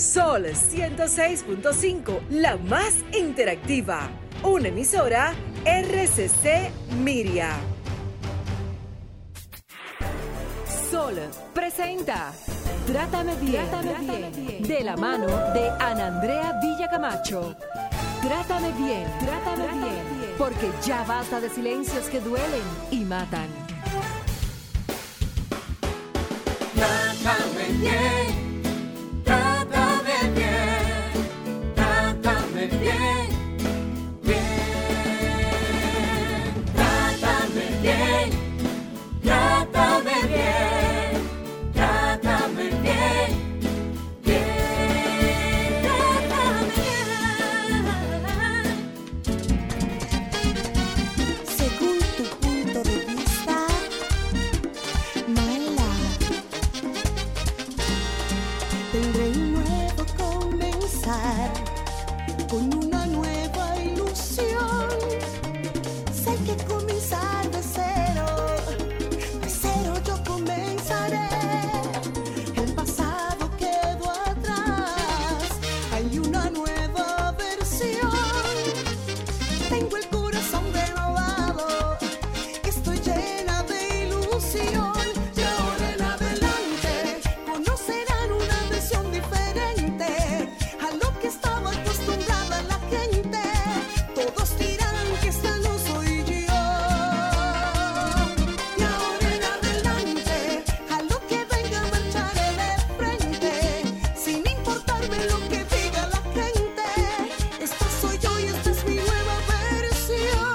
Sol 106.5, la más interactiva. Una emisora RCC Miria. Sol presenta Trátame bien, de la mano de Ana Andrea Villacamacho. Trátame bien, porque ya basta de silencios que duelen y matan. Trátame bien, trátame bien, trátame bien, bien, trátame bien, trátame bien, trátame bien, bien, trátame bien. Según tu punto de vista, mala. Tendré un nuevo comenzar, con una nueva ilusión. Sé que comenzar de cero yo comenzaré. El pasado quedó atrás, hay una nueva versión. Tengo el corazón renovado, estoy llena de ilusión. De ahora en adelante conocerán una versión diferente a lo que estaba acostumbrada la gente. Todos dirán que esta no soy yo. De ahora en adelante a lo que venga marcharé de frente, sin importarme lo que diga la gente. Esta soy yo y esta es mi nueva versión.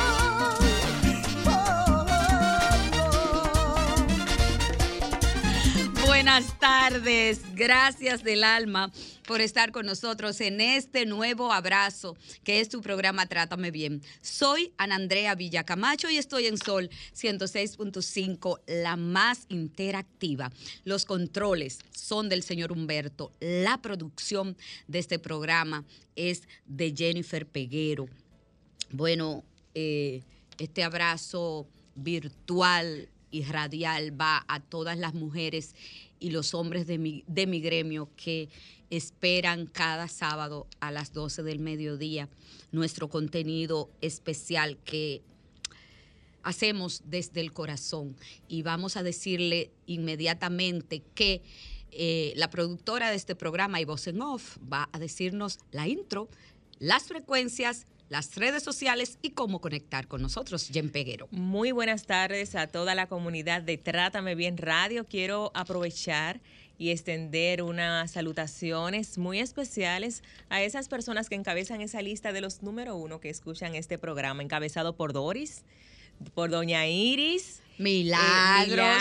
Buenas tardes, gracias del alma por estar con nosotros en este nuevo abrazo que es tu programa Trátame Bien. Soy Ana Andrea Villacamacho y estoy en Sol 106.5, la más interactiva. Los controles son del señor Humberto, la producción de este programa es de Jennifer Peguero. Bueno, este abrazo virtual y radial va a todas las mujeres y los hombres de mi gremio que esperan cada sábado a las 12 del mediodía nuestro contenido especial que hacemos desde el corazón. Y vamos a decirle inmediatamente que la productora de este programa y voz en off va a decirnos la intro, las frecuencias, las redes sociales y cómo conectar con nosotros. Jen Peguero. Muy buenas tardes a toda la comunidad de Trátame Bien Radio. Quiero aprovechar y extender unas salutaciones muy especiales a esas personas que encabezan esa lista de los número 1 que escuchan este programa, encabezado por Doris, por Doña Iris, Milagros,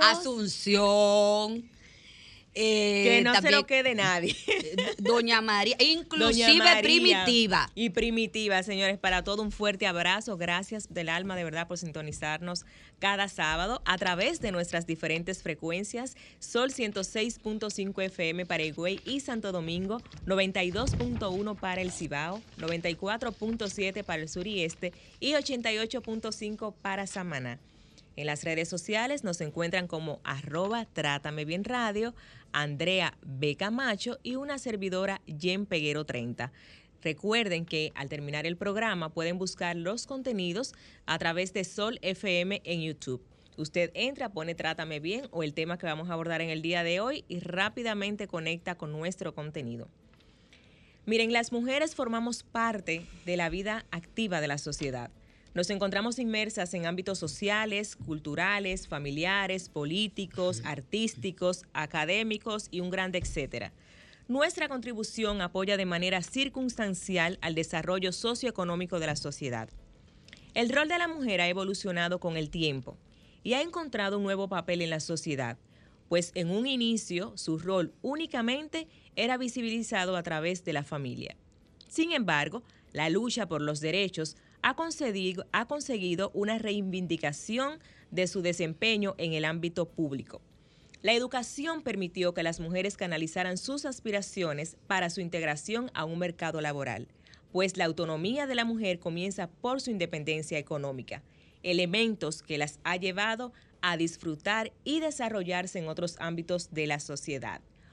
Asunción. Que no también, se lo quede nadie. Doña María, inclusive Doña María, Primitiva. Y Primitiva, señores, para todo un fuerte abrazo. Gracias del alma, de verdad, por sintonizarnos cada sábado a través de nuestras diferentes frecuencias. Sol 106.5 FM para Higüey y Santo Domingo, 92.1 para el Cibao, 94.7 para el sur y este y 88.5 para Samaná. En las redes sociales nos encuentran como @TrátameBienRadio, Andrea B. Camacho y una servidora Jen Peguero 30. Recuerden que al terminar el programa pueden buscar los contenidos a través de Sol FM en YouTube. Usted entra, pone Trátame Bien o el tema que vamos a abordar en el día de hoy y rápidamente conecta con nuestro contenido. Miren, las mujeres formamos parte de la vida activa de la sociedad. Nos encontramos inmersas en ámbitos sociales, culturales, familiares, políticos, artísticos, académicos y un grande etcétera. Nuestra contribución apoya de manera circunstancial al desarrollo socioeconómico de la sociedad. El rol de la mujer ha evolucionado con el tiempo y ha encontrado un nuevo papel en la sociedad, pues en un inicio su rol únicamente era visibilizado a través de la familia. Sin embargo, la lucha por los derechos ha conseguido una reivindicación de su desempeño en el ámbito público. La educación permitió que las mujeres canalizaran sus aspiraciones para su integración a un mercado laboral, pues la autonomía de la mujer comienza por su independencia económica, elementos que las ha llevado a disfrutar y desarrollarse en otros ámbitos de la sociedad.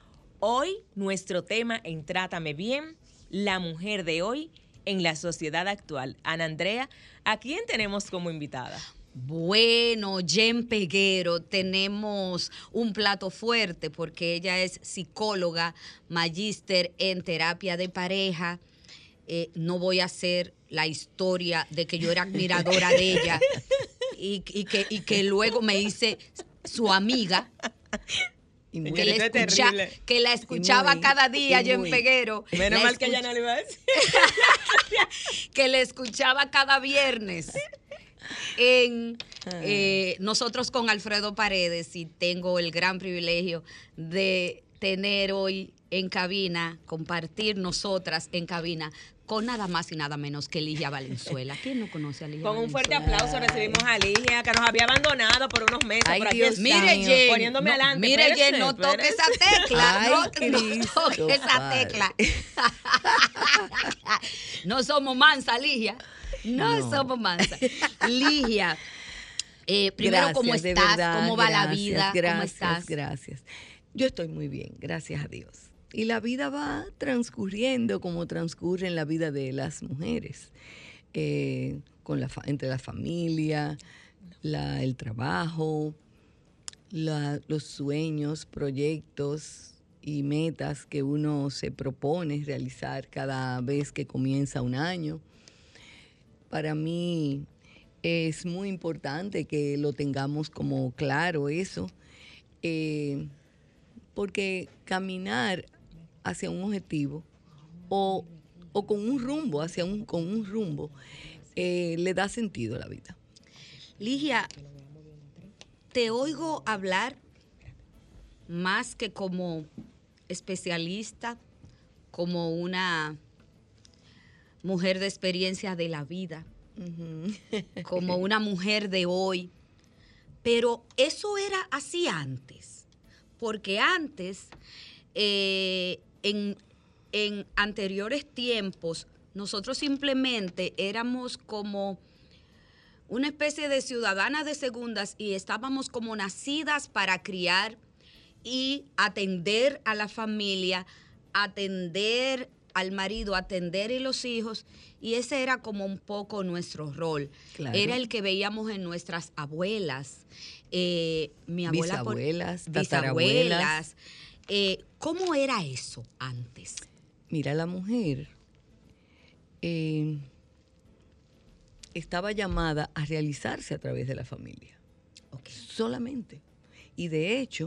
Hoy nuestro tema en Trátame Bien, la mujer de hoy en la sociedad actual. Ana Andrea, ¿a quién tenemos como invitada? Bueno, Jen Peguero, tenemos un plato fuerte porque ella es psicóloga, magíster en terapia de pareja. No voy a hacer la historia de que yo era admiradora de ella y que luego me hice su amiga. Y Que la escuchaba cada día, Jen Peguero. Menos mal que ella no le iba a decir. Que le escuchaba cada viernes en Nosotros con Alfredo Paredes, y tengo el gran privilegio de tener hoy en cabina, compartir nosotras en cabina con nada más y nada menos que Ligia Valenzuela. ¿Quién no conoce a Ligia Con un fuerte Valenzuela? aplauso recibimos a Ligia, que nos había abandonado por unos meses. Ay, por aquí Dios está, Mire, Jen, poniéndome no, adelante. mire, Espérese, Jen, no toque espérese. esa tecla. Ay, no Cristo, toque esa padre. tecla. No somos mansa, Ligia. No somos mansa. Ligia, primero, ¿cómo Gracias, de estás? verdad, ¿Cómo va la gracias, vida? ¿Cómo Gracias, estás? gracias. Yo estoy muy bien, gracias a Dios. Y la vida va transcurriendo como transcurre en la vida de las mujeres, entre la familia, el trabajo, los sueños, proyectos y metas que uno se propone realizar cada vez que comienza un año. Para mí es muy importante que lo tengamos como claro eso, porque caminar hacia un objetivo o con un rumbo, con un rumbo, le da sentido a la vida. Ligia, te oigo hablar más que como especialista, como una mujer de experiencia de la vida, como una mujer de hoy. Pero eso era así antes, porque antes, en anteriores tiempos, nosotros simplemente éramos como una especie de ciudadanas de segundas y estábamos como nacidas para criar y atender a la familia, atender al marido, atender a los hijos, y ese era como un poco nuestro rol. Claro. Era el que veíamos en nuestras abuelas, mi abuela, Bisabuelas, bisabuelas. ¿Cómo era eso antes? Mira, la mujer estaba llamada a realizarse a través de la familia. Okay. Solamente. Y de hecho,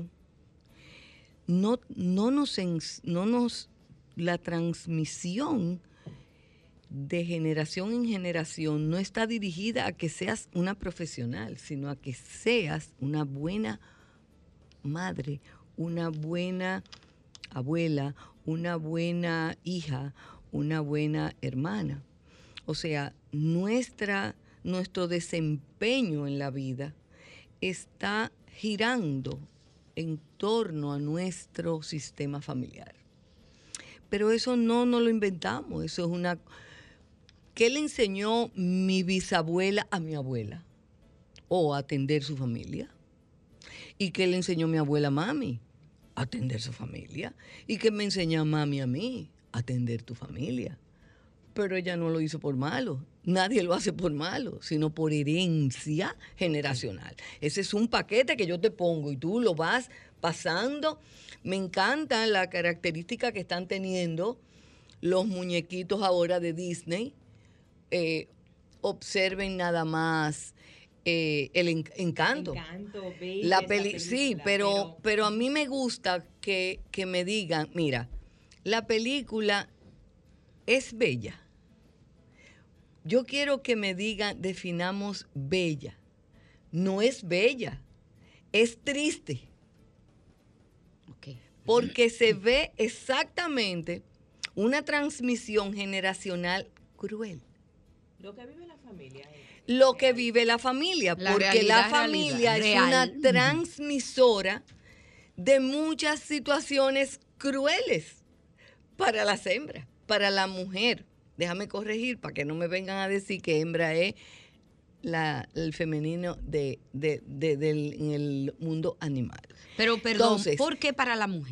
la transmisión de generación en generación no está dirigida a que seas una profesional, sino a que seas una buena madre, una buena abuela, una buena hija, una buena hermana. O sea, nuestro desempeño en la vida está girando en torno a nuestro sistema familiar. Pero eso no nos lo inventamos, eso es una... ¿Qué le enseñó mi bisabuela a mi abuela? O a atender su familia. ¿Y qué le enseñó mi abuela a mami? A atender su familia. ¿Y qué me enseñó mami a mí? A atender tu familia. Pero ella no lo hizo por malo. Nadie lo hace por malo, sino por herencia generacional. Ese es un paquete que yo te pongo y tú lo vas pasando. Me encanta la característica que están teniendo los muñequitos ahora de Disney. Observen nada más el Encanto. Bella esa Sí, película, pero a mí me gusta que me digan, mira, la película es bella. Yo quiero que me digan, definamos bella. No es bella, es triste. Okay. Porque se ve exactamente una transmisión generacional cruel. Lo que vive la familia. Lo que vive la familia, La porque realidad, la familia realidad, es real. una transmisora de muchas situaciones crueles para las hembras, para la mujer. Déjame corregir para que no me vengan a decir que hembra es el femenino en el mundo animal. Pero perdón, Entonces, ¿por qué para la mujer?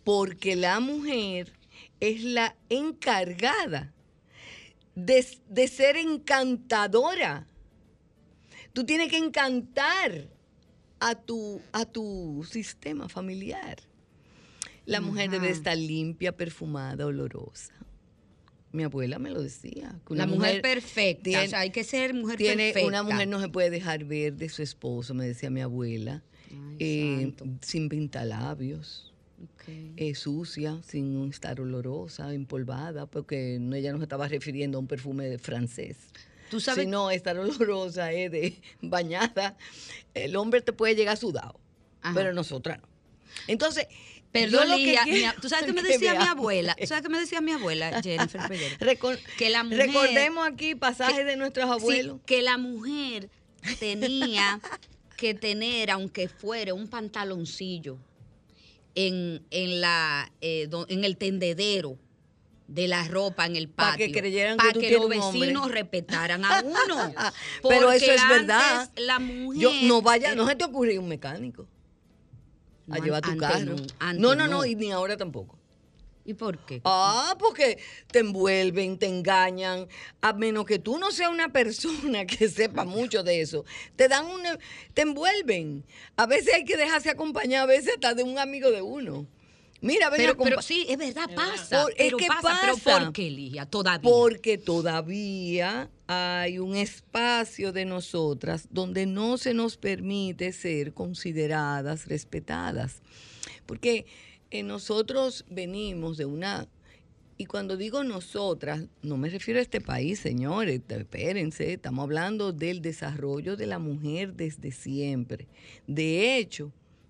porque la mujer es la encargada de ser encantadora. Tú tienes que encantar a tu sistema familiar. La mujer debe estar limpia, perfumada, olorosa. Mi abuela me lo decía. Que La mujer perfecta, o sea, hay que ser mujer perfecta. Una mujer no se puede dejar ver de su esposo, me decía mi abuela, sin pintalabios, sucia, sin estar olorosa, empolvada, porque ella no se estaba refiriendo a un perfume francés. ¿Tú sabes? Sino estar olorosa, bañada. El hombre te puede llegar sudado, pero nosotras no. Entonces, perdón, Ligia, ¿tú sabes qué me decía mi abuela? ¿Tú sabes qué me decía mi abuela, Jennifer Peguero? Que la mujer, recordemos aquí pasajes de nuestros abuelos. Sí, que la mujer tenía que tener, aunque fuera un pantaloncillo, en el tendedero de la ropa en el patio, para que creyeran para que los vecinos respetaran a uno. Pero eso es antes verdad. La mujer, no se te ocurre un mecánico a llevar tu carro. No, y ni ahora tampoco. ¿Y por qué? Porque te envuelven, te engañan. A menos que tú no seas una persona que sepa mucho de eso, te envuelven. A veces hay que dejarse acompañar, a veces hasta de un amigo de uno. Mira, pero sí, es verdad, pasa. Pero ¿por qué, Ligia? Todavía. Porque todavía hay un espacio de nosotras donde no se nos permite ser consideradas, respetadas. Porque nosotros venimos de una... Y cuando digo nosotras, no me refiero a este país, señores, espérense, estamos hablando del desarrollo de la mujer desde siempre. De hecho,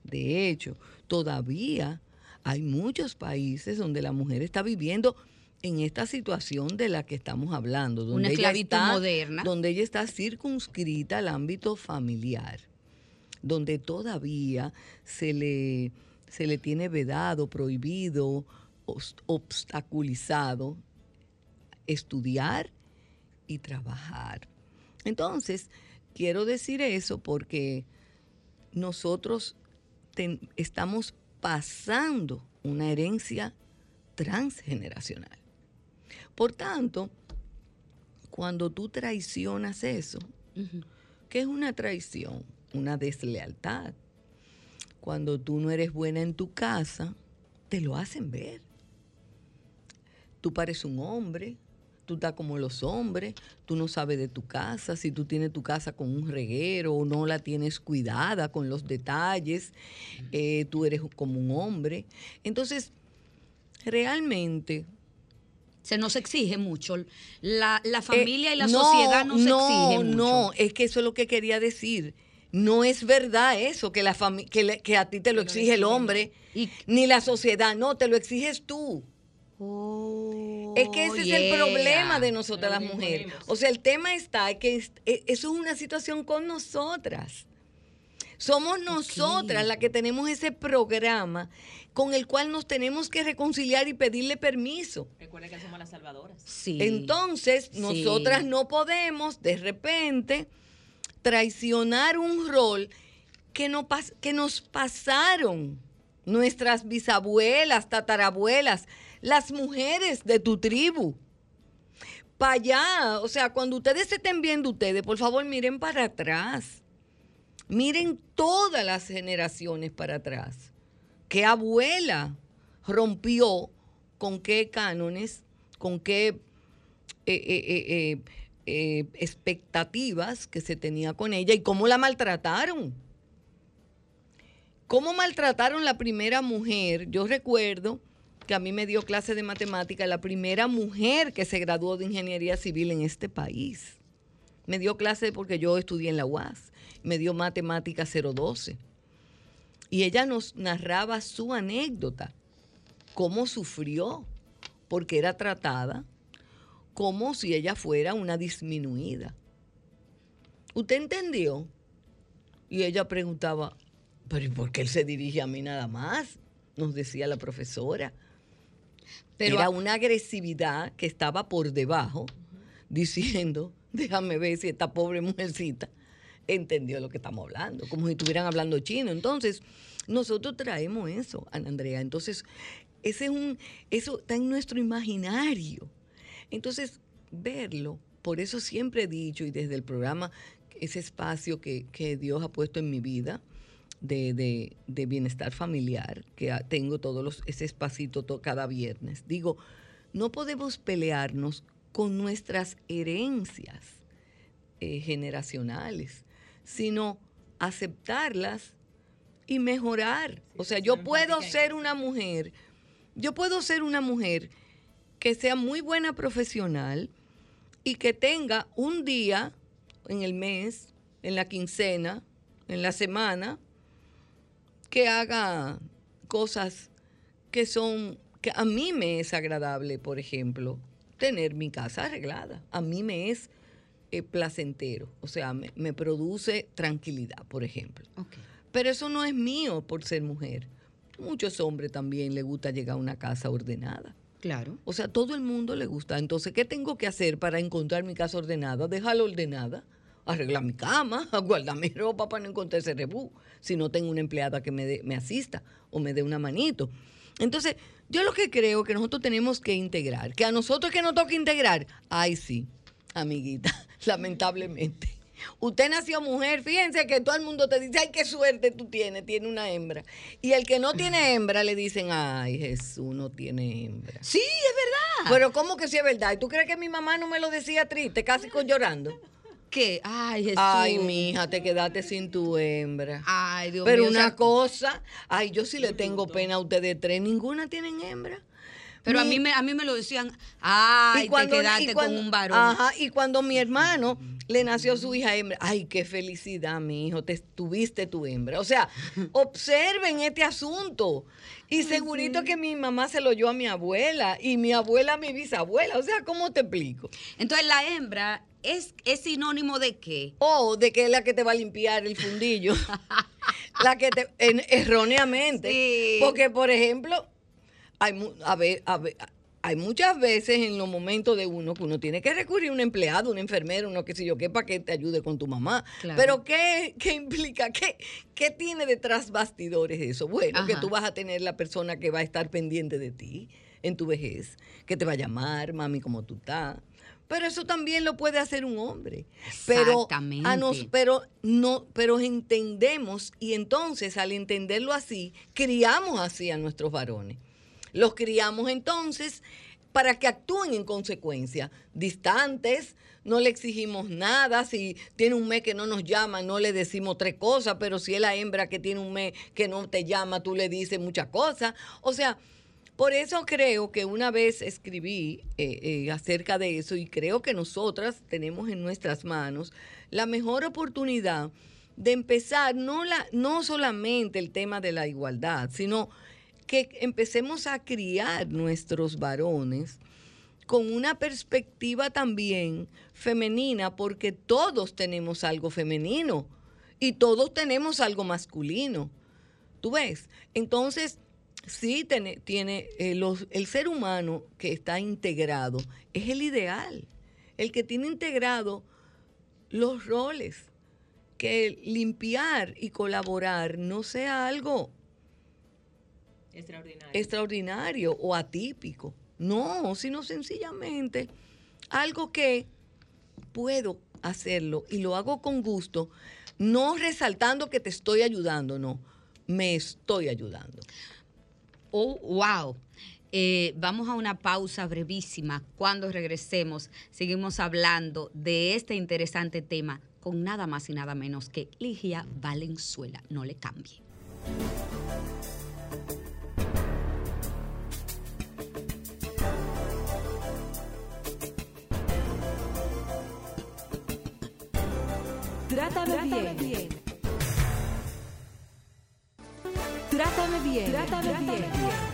todavía hay muchos países donde la mujer está viviendo en esta situación de la que estamos hablando. Donde una esclavitud moderna. Donde ella está circunscrita al ámbito familiar, donde todavía se le tiene vedado, prohibido, obstaculizado estudiar y trabajar. Entonces, quiero decir eso porque nosotros estamos pasando una herencia transgeneracional. Por tanto, cuando tú traicionas eso, ¿qué es una traición? Una deslealtad. Cuando tú no eres buena en tu casa, te lo hacen ver. Tú pareces un hombre, tú estás como los hombres, tú no sabes de tu casa, si tú tienes tu casa con un reguero o no la tienes cuidada con los detalles, tú eres como un hombre. Entonces, realmente... Se nos exige mucho. La familia y la sociedad nos exigen mucho. No, es que eso es lo que quería decir. No es verdad eso, que a ti te lo exige el hombre, ni la sociedad. No, te lo exiges tú. Es que ese es el problema de nosotras las mujeres. O sea, el tema está que eso es una situación con nosotras. Somos nosotras las que tenemos ese programa con el cual nos tenemos que reconciliar y pedirle permiso. Recuerda que somos las salvadoras. Sí. Entonces, nosotras no podemos de repente traicionar un rol que nos pasaron nuestras bisabuelas, tatarabuelas, las mujeres de tu tribu. Para allá, o sea, cuando ustedes se estén viendo ustedes, por favor, miren para atrás. Miren todas las generaciones para atrás. ¿Qué abuela rompió con qué cánones, con qué expectativas que se tenía con ella y cómo la maltrataron? ¿Cómo maltrataron la primera mujer? Yo recuerdo que a mí me dio clase de matemática la primera mujer que se graduó de ingeniería civil en este país. Me dio clase porque yo estudié en la UAS. Me dio matemática 012. Y ella nos narraba su anécdota, cómo sufrió, porque era tratada como si ella fuera una disminuida. ¿Usted entendió? Y ella preguntaba, ¿pero y por qué él se dirige a mí nada más? Nos decía la profesora. Pero era una agresividad que estaba por debajo, diciendo, déjame ver si esta pobre mujercita entendió lo que estamos hablando, como si estuvieran hablando chino. Entonces, nosotros traemos eso, Ana Andrea. Entonces, eso está en nuestro imaginario. Entonces, verlo, por eso siempre he dicho, y desde el programa, ese espacio que Dios ha puesto en mi vida, de bienestar familiar, que tengo ese espacito cada viernes. Digo, no podemos pelearnos con nuestras herencias generacionales, sino aceptarlas y mejorar. O sea, yo puedo ser una mujer que sea muy buena profesional y que tenga un día en el mes, en la quincena, en la semana, que haga cosas que a mí me es agradable, por ejemplo, tener mi casa arreglada. A mí me es placentero, o sea, me produce tranquilidad, por ejemplo. Okay. Pero eso no es mío por ser mujer. Muchos hombres también les gusta llegar a una casa ordenada. Claro. O sea, todo el mundo le gusta. Entonces, ¿qué tengo que hacer para encontrar mi casa ordenada? Dejarla ordenada, arreglar mi cama, guardar mi ropa para no encontrar ese rebú, si no tengo una empleada que me asista o me dé una manito. Entonces, yo lo que creo es que nosotros tenemos que integrar. Que a nosotros que nos toca integrar, ay sí, amiguita, lamentablemente. Usted nació mujer, fíjense que todo el mundo te dice, ay, qué suerte tú tienes, tiene una hembra. Y el que no tiene hembra le dicen, ay, Jesús, no tiene hembra. Sí, es verdad. Pero ¿cómo que sí es verdad? ¿Y tú crees que mi mamá no me lo decía triste, casi con llorando? ¿Qué? Ay, Jesús. Ay, mija, te quedaste sin tu hembra. Ay, Dios Pero mío. una cosa, ay, yo sí le tengo pena a ustedes tres, ninguna tienen hembra. Pero a mí me lo decían, ay, te quedaste con un varón. Ajá, y cuando mi hermano le nació su hija hembra, ay, qué felicidad, mi hijo, tuviste tu hembra. O sea, observen este asunto. Y segurito que mi mamá se lo oyó a mi abuela, y mi abuela a mi bisabuela. O sea, ¿cómo te explico? Entonces, la hembra es sinónimo de qué? O de que es la que te va a limpiar el fundillo. Erróneamente. Sí. Porque, por ejemplo, hay muchas veces en los momentos de uno que uno tiene que recurrir a un empleado, un enfermero, uno qué sé yo qué, para que te ayude con tu mamá. Claro. Pero ¿qué implica? ¿Qué tiene detrás bastidores eso? Bueno, Ajá. que tú vas a tener la persona que va a estar pendiente de ti en tu vejez, que te va a llamar, mami, ¿cómo tú estás? Pero eso también lo puede hacer un hombre. Exactamente. Pero entendemos, y entonces al entenderlo así, criamos así a nuestros varones. Los criamos entonces para que actúen en consecuencia, distantes, no le exigimos nada, si tiene un mes que no nos llama, no le decimos 3 cosas, pero si es la hembra que tiene un mes que no te llama, tú le dices muchas cosas. O sea, por eso creo que una vez escribí acerca de eso, y creo que nosotras tenemos en nuestras manos la mejor oportunidad de empezar, no solamente el tema de la igualdad, sino que empecemos a criar nuestros varones con una perspectiva también femenina, porque todos tenemos algo femenino y todos tenemos algo masculino. ¿Tú ves? Entonces, sí tiene el ser humano que está integrado, es el ideal, el que tiene integrado los roles, que limpiar y colaborar no sea algo extraordinario o atípico. No, sino sencillamente algo que puedo hacerlo y lo hago con gusto, no resaltando que te estoy ayudando, no, me estoy ayudando. Oh, wow. Vamos a una pausa brevísima. Cuando regresemos, seguimos hablando de este interesante tema con nada más y nada menos que Ligia Valenzuela. No le cambie. Trátame bien. Trátame bien. Trátame bien.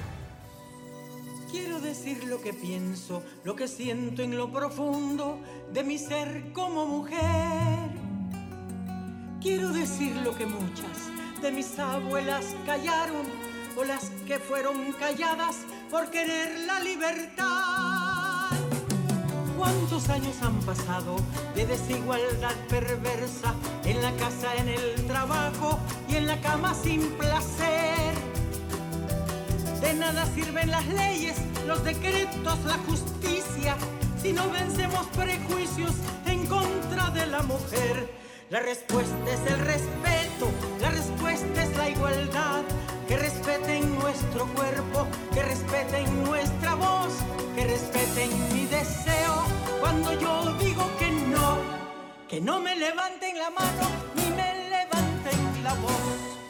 Quiero decir lo que pienso, lo que siento en lo profundo de mi ser como mujer. Quiero decir lo que muchas de mis abuelas callaron, o las que fueron calladas por querer la libertad. ¿Cuántos años han pasado de desigualdad perversa en la casa, en el trabajo y en la cama sin placer? De nada sirven las leyes, los decretos, la justicia, si no vencemos prejuicios en contra de la mujer. La respuesta es el respeto, la respuesta es la igualdad. Que respeten nuestro cuerpo, que respeten nuestra voz, que respeten mi deseo cuando yo digo que no me levanten la mano ni me levanten la voz.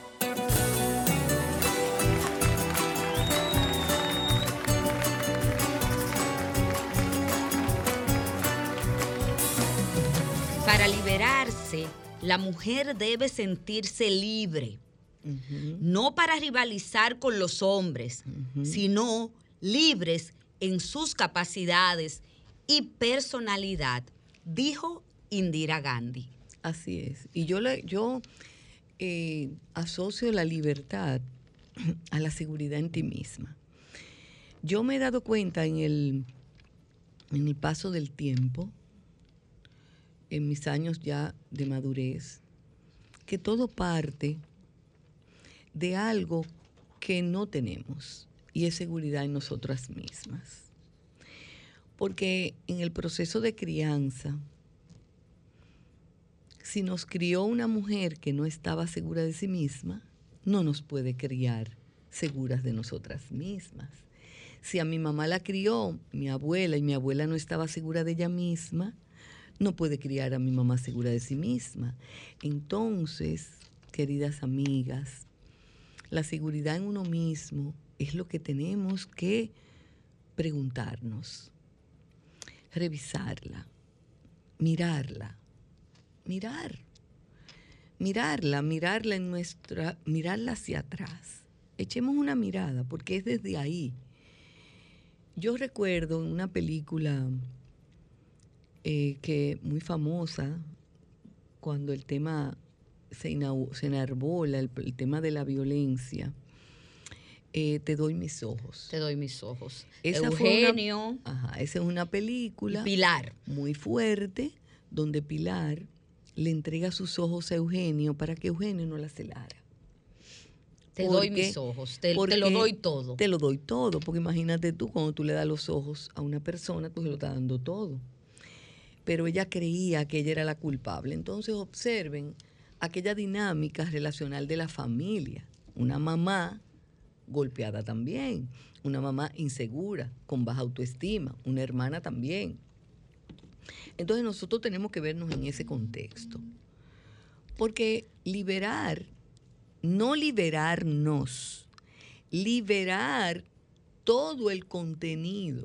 Para liberarse, la mujer debe sentirse libre. No para rivalizar con los hombres, sino libres en sus capacidades y personalidad, dijo Indira Gandhi. Así es. Y yo asocio la libertad a la seguridad en ti misma. Yo me he dado cuenta en el paso del tiempo, en mis años ya de madurez, que todo parte de algo que no tenemos, y es seguridad en nosotras mismas. Porque en el proceso de crianza, si nos crió una mujer que no estaba segura de sí misma, no nos puede criar seguras de nosotras mismas. Si a mi mamá la crió mi abuela y mi abuela no estaba segura de ella misma, no puede criar a mi mamá segura de sí misma. Entonces, queridas amigas, la seguridad en uno mismo es lo que tenemos que preguntarnos, revisarla, mirarla hacia atrás. Echemos una mirada, porque es desde ahí. Yo recuerdo en una película que muy famosa, cuando el tema se enarbola, el tema de la violencia, Te doy mis ojos. Te doy mis ojos. Esa Eugenio. Esa es una película. Pilar. Muy fuerte, donde Pilar le entrega sus ojos a Eugenio para que Eugenio no la celara. Te doy mis ojos, te lo doy todo. Te lo doy todo, porque imagínate tú, cuando tú le das los ojos a una persona, tú se lo estás dando todo. Pero ella creía que ella era la culpable. Entonces observen aquella dinámica relacional de la familia. Una mamá golpeada también, una mamá insegura, con baja autoestima, una hermana también. Entonces nosotros tenemos que vernos en ese contexto. Porque liberar, no liberarnos, liberar todo el contenido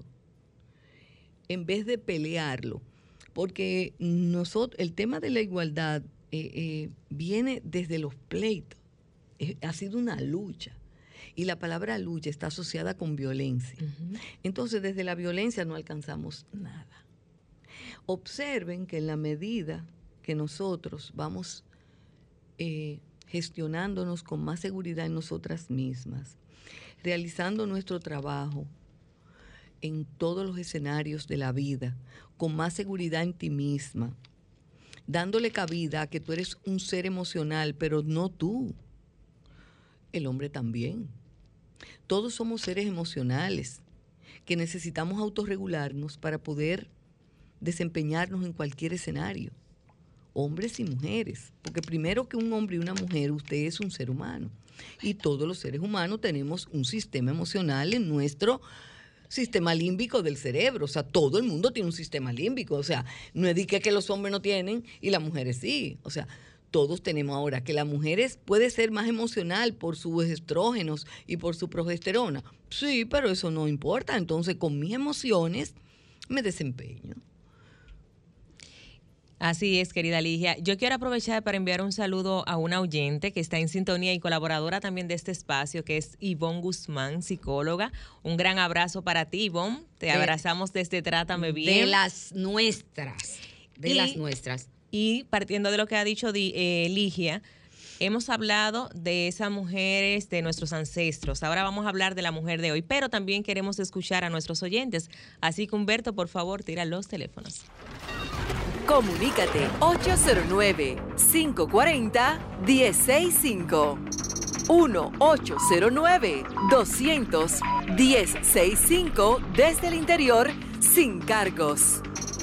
en vez de pelearlo. Porque el tema de la igualdad viene desde los pleitos. Ha sido una lucha. Y la palabra lucha está asociada con violencia. Uh-huh. Entonces, desde la violencia no alcanzamos nada. Observen que en la medida que nosotros vamos gestionándonos con más seguridad en nosotras mismas, realizando nuestro trabajo en todos los escenarios de la vida, con más seguridad en ti misma, dándole cabida a que tú eres un ser emocional, pero no tú, el hombre también. Todos somos seres emocionales que necesitamos autorregularnos para poder desempeñarnos en cualquier escenario, hombres y mujeres, porque primero que un hombre y una mujer, usted es un ser humano y todos los seres humanos tenemos un sistema emocional en nuestro sistema límbico del cerebro. O sea, todo el mundo tiene un sistema límbico. O sea, no es de que los hombres no tienen y las mujeres sí. O sea, todos tenemos. Ahora que las mujeres puede ser más emocional por sus estrógenos y por su progesterona. Sí, pero eso no importa. Entonces, con mis emociones me desempeño. Así es, querida Ligia. Yo quiero aprovechar para enviar un saludo a una oyente que está en sintonía y colaboradora también de este espacio, que es Ivonne Guzmán, psicóloga. Un gran abrazo para ti, Ivonne. Te abrazamos desde Trátame Bien. De las nuestras. De las nuestras. Y partiendo de lo que ha dicho Ligia, Hemos hablado de esas mujeres, de nuestros ancestros. Ahora vamos a hablar de la mujer de hoy, pero también queremos escuchar a nuestros oyentes. Así que, Humberto, por favor, tira los teléfonos. Comunícate 809-540-1065. 1-809-200-1065 desde el interior sin cargos.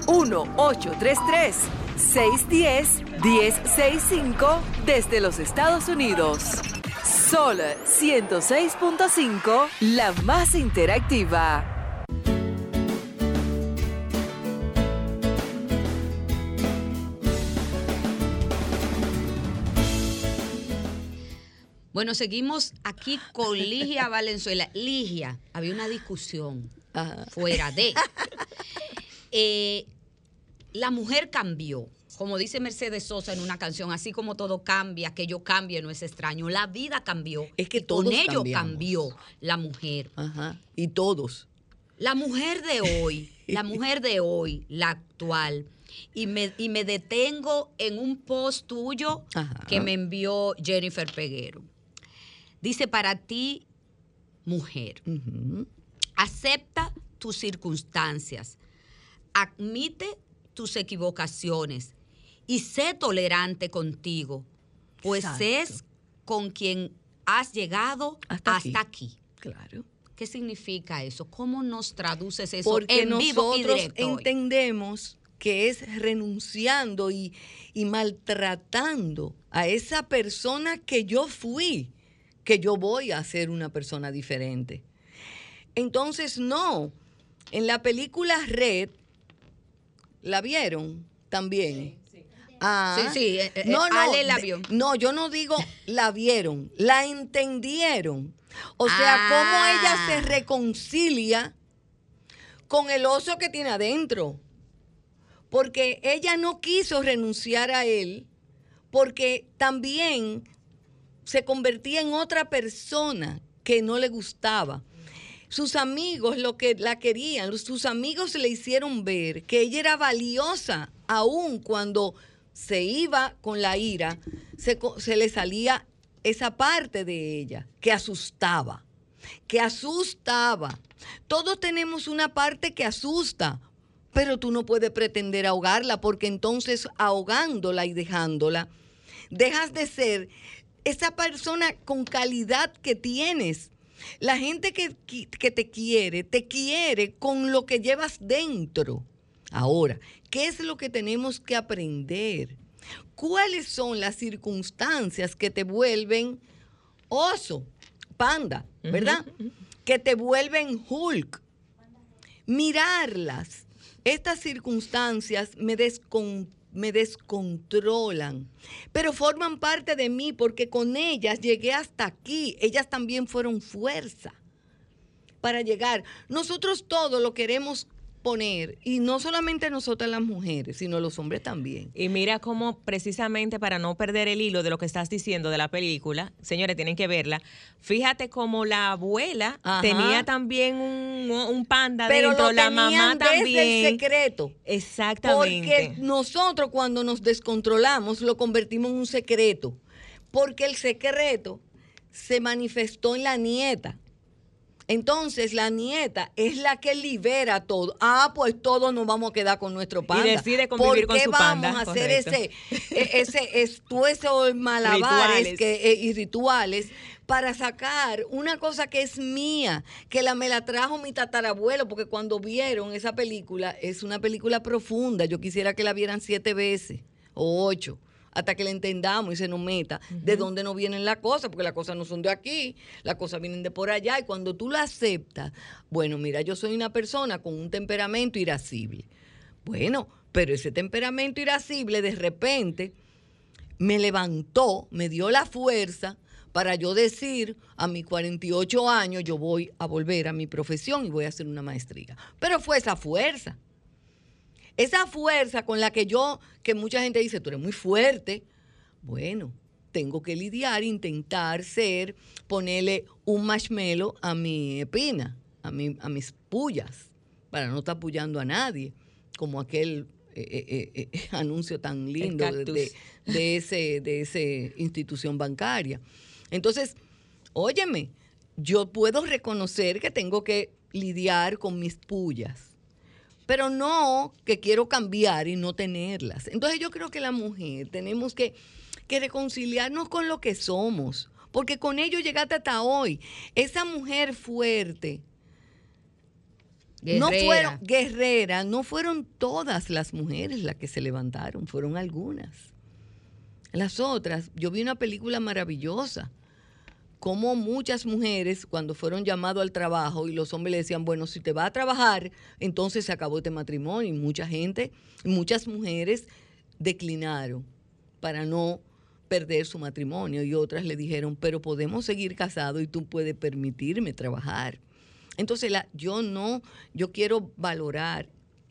1-833-610-1065 desde los Estados Unidos. Sol 106.5, la más interactiva. Bueno, seguimos aquí con Ligia Valenzuela. Ligia, había una discusión fuera de... la mujer cambió. Como dice Mercedes Sosa en una canción, así como todo cambia, que yo cambie no es extraño. La vida cambió. Es que todos con ello cambiamos. cambió la mujer. Ajá. Y todos. La mujer de hoy, la actual, y me detengo en un post tuyo Ajá. que me envió Jennifer Peguero. Dice, para ti, mujer, acepta tus circunstancias, admite tus equivocaciones y sé tolerante contigo, pues Exacto. es con quien has llegado hasta aquí. Claro. ¿Qué significa eso? ¿Cómo nos traduces eso Porque en vivo y nosotros directo hoy? entendemos que es renunciando y maltratando a esa persona que yo fui, que yo voy a ser una persona diferente. Entonces, no. En la película Red, ¿la vieron también? Sí. Ah, Sí, Ale la vio. No, yo no digo la vieron, la entendieron. O sea, cómo ella se reconcilia con el oso que tiene adentro. Porque ella no quiso renunciar a él, porque también se convertía en otra persona que no le gustaba. Sus amigos lo que la querían, sus amigos le hicieron ver que ella era valiosa, aun cuando se iba con la ira, se le salía esa parte de ella que asustaba. Todos tenemos una parte que asusta, pero tú no puedes pretender ahogarla, porque entonces ahogándola y dejándola, dejas de ser esa persona con calidad que tienes. La gente que te quiere con lo que llevas dentro. Ahora, ¿qué es lo que tenemos que aprender? ¿Cuáles son las circunstancias que te vuelven oso, panda, verdad? Que te vuelven Hulk. Mirarlas. Estas circunstancias me descontrolan, pero forman parte de mí porque con ellas llegué hasta aquí. Ellas también fueron fuerza para llegar. Nosotros todo lo queremos poner, y no solamente nosotras las mujeres, sino los hombres también. Y mira cómo, precisamente para no perder el hilo de lo que estás diciendo de la película, señores, tienen que verla, fíjate cómo la abuela tenía también un panda pero dentro, lo la mamá tenían también. desde el secreto. Exactamente. Porque nosotros cuando nos descontrolamos lo convertimos en un secreto, porque el secreto se manifestó en la nieta. Entonces la nieta es la que libera todo. Pues todos nos vamos a quedar con nuestro panda. Y decide convivir con su panda. ¿Por qué vamos a hacer Correcto. esos malabares Rituales. y rituales para sacar una cosa que es mía, que me la trajo mi tatarabuelo? Porque cuando vieron esa película, es una película profunda. Yo quisiera que la vieran 7 veces o 8. Hasta que la entendamos y se nos meta de dónde nos vienen las cosas, porque las cosas no son de aquí, las cosas vienen de por allá, y cuando tú la aceptas, bueno, mira, yo soy una persona con un temperamento irascible. Bueno, pero ese temperamento irascible de repente me levantó, me dio la fuerza para yo decir, a mis 48 años yo voy a volver a mi profesión y voy a hacer una maestría. Pero fue esa fuerza. Esa fuerza con la que mucha gente dice, tú eres muy fuerte. Bueno, tengo que lidiar, intentar ponerle un marshmallow a mi espina, a mis pullas, para no estar pullando a nadie, como aquel anuncio tan lindo de ese institución bancaria. Entonces, óyeme, yo puedo reconocer que tengo que lidiar con mis pullas, pero no que quiero cambiar y no tenerlas. Entonces yo creo que la mujer tenemos que reconciliarnos con lo que somos, porque con ello llegaste hasta hoy. Esa mujer fuerte, guerrera, no fueron todas las mujeres las que se levantaron, fueron algunas. Las otras, yo vi una película maravillosa, como muchas mujeres cuando fueron llamados al trabajo y los hombres le decían, bueno, si te vas a trabajar, entonces se acabó este matrimonio. Y muchas mujeres declinaron para no perder su matrimonio, y otras le dijeron, pero podemos seguir casados y tú puedes permitirme trabajar. Entonces yo quiero valorar,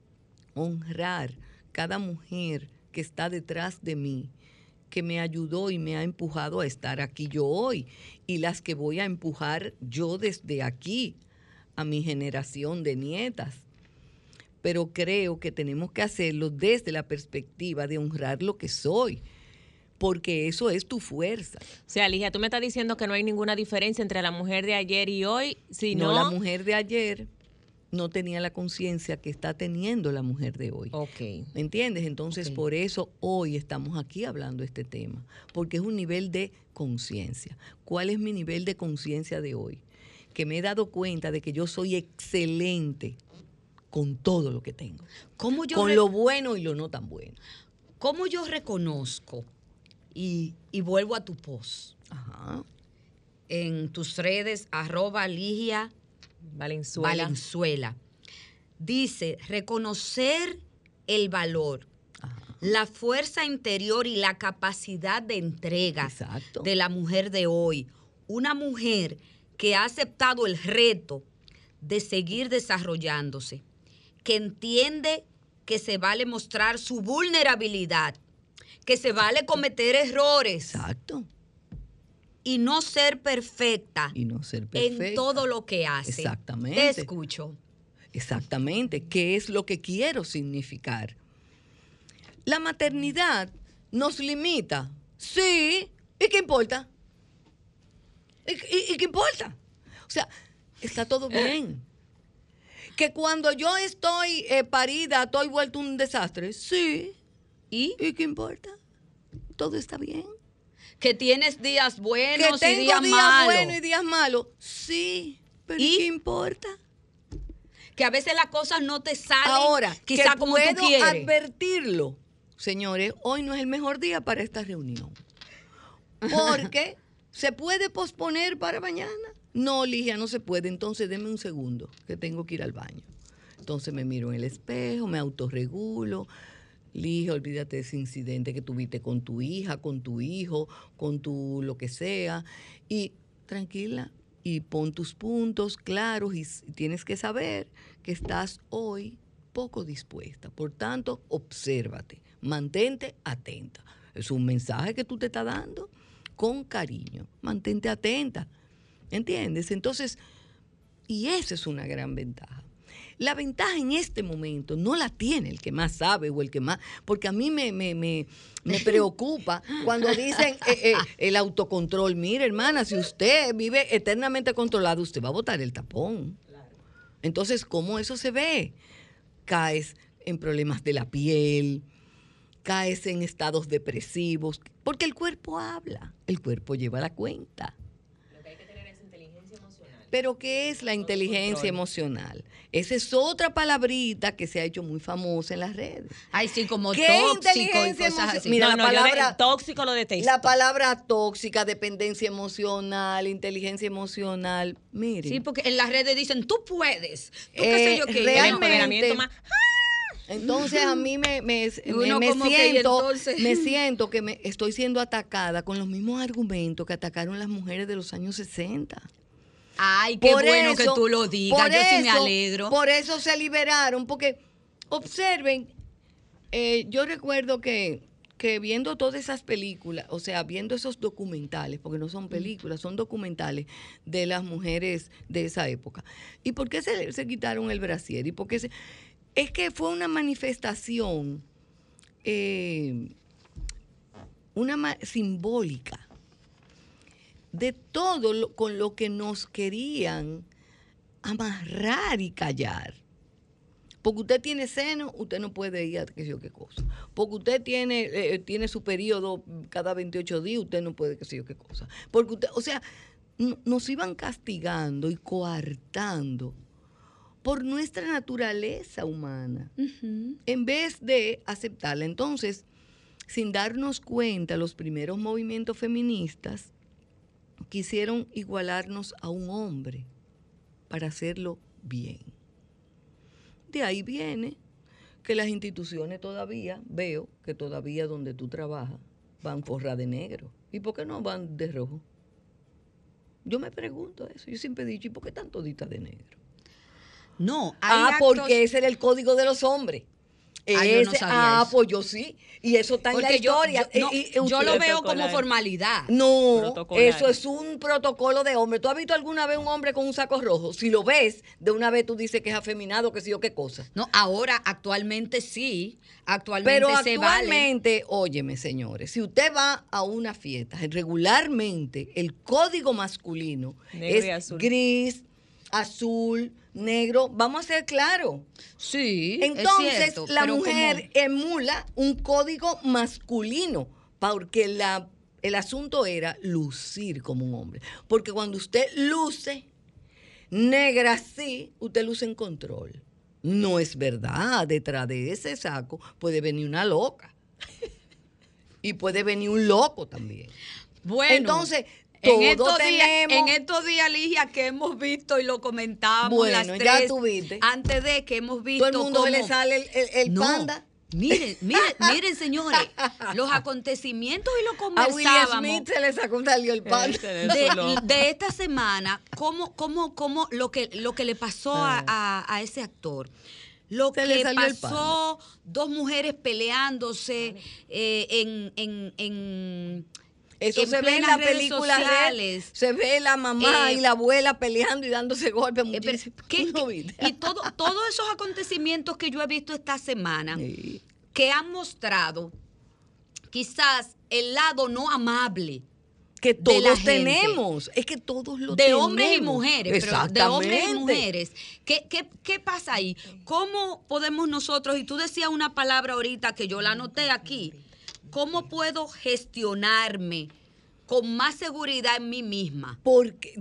honrar cada mujer que está detrás de mí, que me ayudó y me ha empujado a estar aquí yo hoy, y las que voy a empujar yo desde aquí a mi generación de nietas. Pero creo que tenemos que hacerlo desde la perspectiva de honrar lo que soy, porque eso es tu fuerza. O sea, Ligia, tú me estás diciendo que no hay ninguna diferencia entre la mujer de ayer y hoy, sino... No, la mujer de ayer no tenía la conciencia que está teniendo la mujer de hoy. Ok. ¿Me entiendes? Entonces, por eso hoy estamos aquí hablando de este tema, porque es un nivel de conciencia. ¿Cuál es mi nivel de conciencia de hoy? Que me he dado cuenta de que yo soy excelente con todo lo que tengo. Con lo bueno y lo no tan bueno. ¿Cómo yo reconozco? Y vuelvo a tu post. Ajá. En tus redes, @Ligia Valenzuela. Dice, reconocer el valor, la fuerza interior y la capacidad de entrega de la mujer de hoy. Una mujer que ha aceptado el reto de seguir desarrollándose, que entiende que se vale mostrar su vulnerabilidad, que se vale cometer errores. Exacto. Y no ser perfecta. En todo lo que hace. Exactamente. Te escucho. Exactamente. ¿Qué es lo que quiero significar? La maternidad nos limita. Sí. ¿Y qué importa? ¿Y qué importa? O sea, está todo bien. Que cuando yo estoy parida, estoy vuelto un desastre. Sí. ¿Y qué importa? Todo está bien. Que tienes días buenos que tengo y días malos. días buenos y días malos. Sí, pero ¿qué importa? Que a veces las cosas no te salen ahora, quizá que como tú quieres. Puedo advertirlo. Señores, hoy no es el mejor día para esta reunión. Porque se puede posponer para mañana. No, Ligia, no se puede. Entonces, deme un segundo, que tengo que ir al baño. Entonces me miro en el espejo, me autorregulo. Ligia, olvídate de ese incidente que tuviste con tu hija, con tu hijo, con tu lo que sea. Y tranquila, y pon tus puntos claros, y tienes que saber que estás hoy poco dispuesta. Por tanto, obsérvate, mantente atenta. Es un mensaje que tú te estás dando con cariño. Mantente atenta, ¿entiendes? Entonces, y esa es una gran ventaja. La ventaja en este momento no la tiene el que más sabe o el que más... Porque a mí me preocupa cuando dicen el autocontrol. Mire, hermana, si usted vive eternamente controlado, usted va a botar el tapón. Entonces, ¿cómo eso se ve? Caes en problemas de la piel, caes en estados depresivos, porque el cuerpo habla, el cuerpo lleva la cuenta. Lo que hay que tener es inteligencia emocional. ¿Pero qué es la inteligencia emocional? Esa es otra palabrita que se ha hecho muy famosa en las redes. Ay, sí, como ¿Qué tóxico y cosas así. Mira, la palabra tóxico lo detesto. La palabra tóxica, dependencia emocional, inteligencia emocional. Mire. Sí, porque en las redes dicen, tú puedes. ¿Tú qué sé yo qué? Realmente. Entonces a mí me siento que me estoy siendo atacada con los mismos argumentos que atacaron las mujeres de los años 60. Ay, qué bueno que tú lo digas, yo sí me alegro. Por eso se liberaron, porque observen, yo recuerdo que viendo todas esas películas, o sea, viendo esos documentales, porque no son películas, son documentales de las mujeres de esa época. ¿Y por qué se quitaron el brasier? ¿Y por qué es que fue una manifestación simbólica de todo con lo que nos querían amarrar y callar. Porque usted tiene seno, usted no puede ir a qué sé yo qué cosa. Porque usted tiene su periodo cada 28 días, usted no puede qué sé yo qué cosa. Porque usted, o sea, nos iban castigando y coartando por nuestra naturaleza humana, en vez de aceptarla. Entonces, sin darnos cuenta, los primeros movimientos feministas quisieron igualarnos a un hombre para hacerlo bien. De ahí viene que las instituciones todavía, veo que todavía donde tú trabajas, van forradas de negro. ¿Y por qué no van de rojo? Yo me pregunto eso. Yo siempre he dicho, ¿y por qué están toditas de negro? No, hay porque ese era el código de los hombres. Yo no sabía eso. Pues yo sí. Y eso está en la historia. Yo lo veo como formalidad. No, eso es un protocolo de hombre. ¿Tú has visto alguna vez un hombre con un saco rojo? Si lo ves, de una vez tú dices que es afeminado, que sí o qué cosa. No, ahora, actualmente sí. Pero actualmente, óyeme, señores, si usted va a una fiesta, regularmente el código masculino es gris, azul, negro, vamos a ser claros. Sí, entonces es cierto, la mujer emula un código masculino, porque el asunto era lucir como un hombre. Porque cuando usted luce negra así, usted luce en control. No es verdad, detrás de ese saco puede venir una loca. Y puede venir un loco también. Bueno, entonces, en estos días, Ligia, que hemos visto y lo comentábamos las tres, ya tuviste. Antes de que hemos visto todo el mundo le sale el panda. Miren, señores, los acontecimientos y lo conversábamos. A Will Smith se le salió el panda. De esta semana, cómo lo que le pasó a ese actor. Lo que le pasó, dos mujeres peleándose eso se ve en las películas sociales. Se ve la mamá y la abuela peleando y dándose golpes. Y todos esos acontecimientos que yo he visto esta semana, que han mostrado quizás el lado no amable que todos tenemos. Es que todos lo tenemos. De hombres y mujeres. Pero de hombres y mujeres. ¿Qué pasa ahí? ¿Cómo podemos nosotros, y tú decías una palabra ahorita que yo la anoté aquí, ¿cómo puedo gestionarme con más seguridad en mí misma? Porque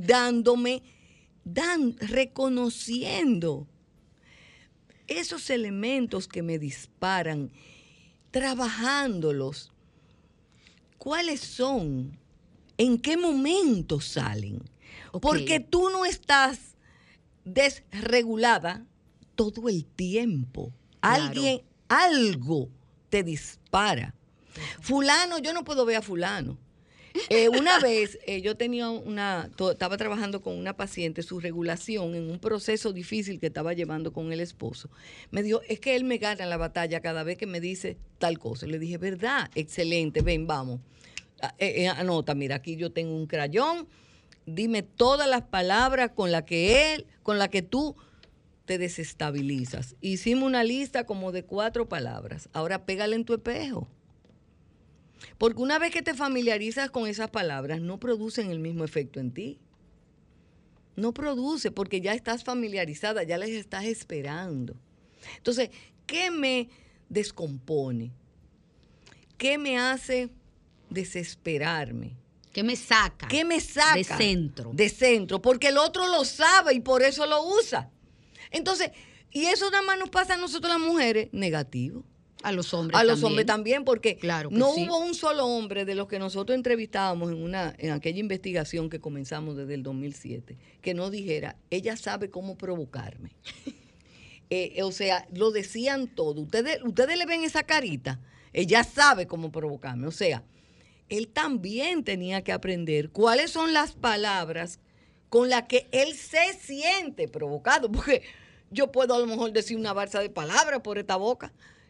reconociendo esos elementos que me disparan, trabajándolos. ¿Cuáles son? ¿En qué momento salen? Okay. Porque tú no estás desregulada todo el tiempo. Claro. Algo te dispara. Fulano, yo no puedo ver a fulano. Una vez yo estaba trabajando con una paciente, su regulación en un proceso difícil que estaba llevando con el esposo. Me dijo, es que él me gana la batalla cada vez que me dice tal cosa. Le dije, ¿verdad? Excelente, ven, vamos. Anota, mira, aquí yo tengo un crayón. Dime todas las palabras con las que tú te desestabilizas. Hicimos una lista como de 4 palabras. Ahora pégale en tu espejo. Porque una vez que te familiarizas con esas palabras, no producen el mismo efecto en ti. No produce, porque ya estás familiarizada, ya las estás esperando. Entonces, ¿qué me descompone? ¿Qué me hace desesperarme? ¿Qué me saca? ¿Qué me saca? De centro. De centro, porque el otro lo sabe y por eso lo usa. Entonces, y eso nada más nos pasa a nosotros las mujeres, negativo. A los hombres también. A los hombres también, porque claro que no sí. Hubo un solo hombre de los que nosotros entrevistábamos en aquella investigación que comenzamos desde el 2007, que no dijera, ella sabe cómo provocarme. O sea, lo decían todo. Ustedes le ven esa carita, ella sabe cómo provocarme. O sea, él también tenía que aprender cuáles son las palabras con las que él se siente provocado, porque yo puedo a lo mejor decir una balsa de palabras por esta boca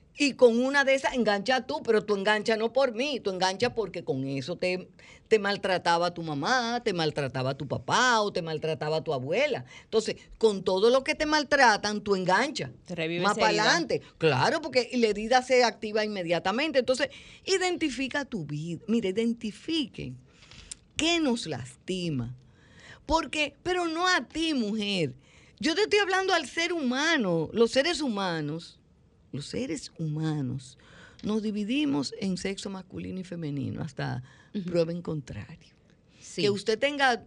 Y con una de esas engancha tú, pero tú enganchas no por mí, tú enganchas porque con eso te maltrataba tu mamá, te maltrataba tu papá o te maltrataba tu abuela. Entonces, con todo lo que te maltratan, tú enganchas. Te revive más esa para herida. adelante. Claro, porque la herida se activa inmediatamente. Entonces, identifica tu vida. Mire, identifiquen qué nos lastima. Porque, pero no a ti, mujer. Yo te estoy hablando al ser humano, los seres humanos. Los seres humanos nos dividimos en sexo masculino y femenino hasta prueba en contrario. Sí. Que usted tenga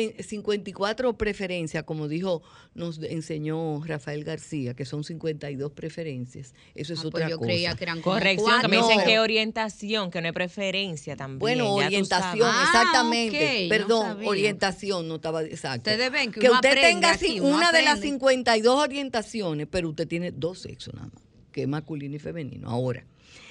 54 preferencias, como nos enseñó Rafael García, que son 52 preferencias. Eso es Pues otra yo cosa. creía que eran como Corrección, que me 4. dicen No. que orientación, que no es preferencia también. Bueno, ya tú orientación, sabes. exactamente. ok, Perdón, no sabía. orientación, no estaba exacto. Ustedes ven que uno usted aprende tenga aquí, uno una de las aprende. 52 orientaciones, pero usted tiene 2 sexos nada más, que es masculino y femenino. Ahora,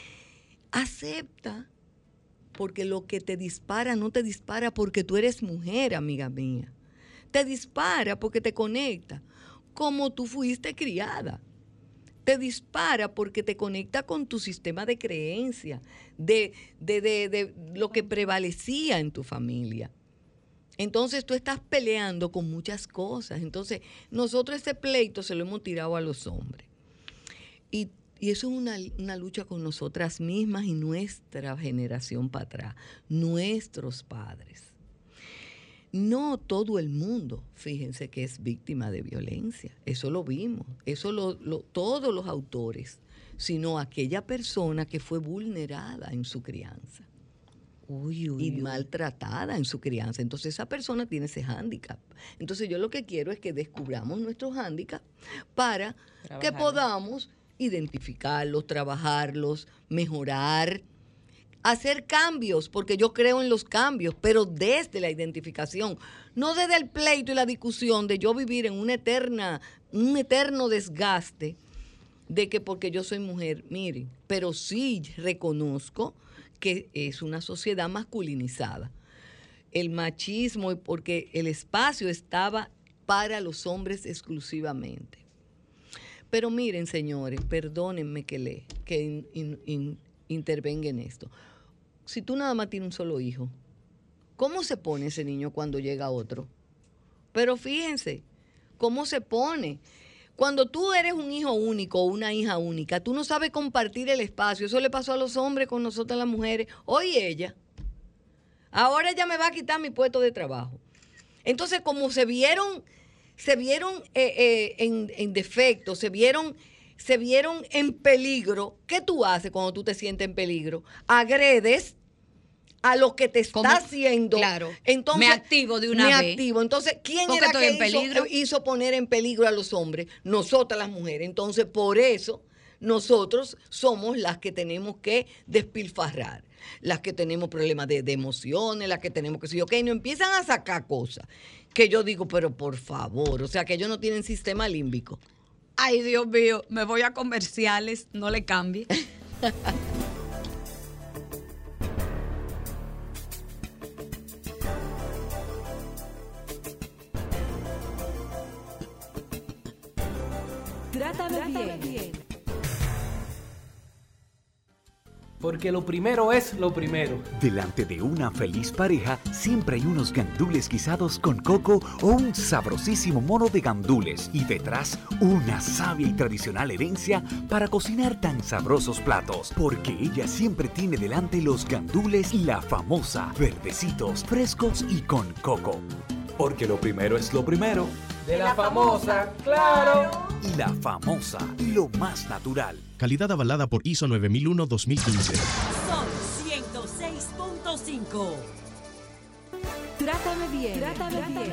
acepta, porque lo que te dispara no te dispara porque tú eres mujer, amiga mía. Te dispara porque te conecta como tú fuiste criada. Te dispara porque te conecta con tu sistema de creencia, de lo que prevalecía en tu familia. Entonces tú estás peleando con muchas cosas. Entonces nosotros ese pleito se lo hemos tirado a los hombres. Y eso es una lucha con nosotras mismas y nuestra generación para atrás, nuestros padres. No todo el mundo, fíjense, que es víctima de violencia. Eso lo vimos. Eso todos los autores, sino aquella persona que fue vulnerada en su crianza. Y maltratada en su crianza. Entonces esa persona tiene ese hándicap. Entonces yo lo que quiero es que descubramos nuestros hándicaps para que podamos identificarlos, trabajarlos, mejorar, hacer cambios, porque yo creo en los cambios, pero desde la identificación, no desde el pleito y la discusión de yo vivir en un eterno desgaste de que porque yo soy mujer, miren, pero sí reconozco que es una sociedad masculinizada. El machismo, porque el espacio estaba para los hombres exclusivamente. Pero miren, señores, perdónenme que intervenga en esto. Si tú nada más tienes un solo hijo, ¿cómo se pone ese niño cuando llega otro? Pero fíjense, ¿cómo se pone? Cuando tú eres un hijo único o una hija única, tú no sabes compartir el espacio. Eso le pasó a los hombres con nosotras las mujeres. Hoy ahora ella me va a quitar mi puesto de trabajo. Entonces, como se vieron en defecto, se vieron en peligro, ¿qué tú haces cuando tú te sientes en peligro? Agredes a lo que te está haciendo. Claro. Entonces, me activo de una vez. Me activo. Entonces, ¿quién Porque era estoy que en peligro. hizo poner en peligro a los hombres? Nosotras las mujeres. Entonces, por eso, nosotros somos las que tenemos que despilfarrar. Las que tenemos problemas de emociones, las que tenemos que decir, ok, no empiezan a sacar cosas que yo digo, pero por favor, o sea, que ellos no tienen sistema límbico. Ay, Dios mío, me voy a comerciales, no le cambie. Trátame bien. Porque lo primero es lo primero. Delante de una feliz pareja siempre hay unos gandules guisados con coco o un sabrosísimo mono de gandules y detrás una sabia y tradicional herencia para cocinar tan sabrosos platos. Porque ella siempre tiene delante los gandules La Famosa, verdecitos, frescos y con coco. Porque lo primero es lo primero. De la famosa, claro. La Famosa, lo más natural. Calidad avalada por ISO 9001-2015. Sol 106.5. Trátame bien. Trátame bien.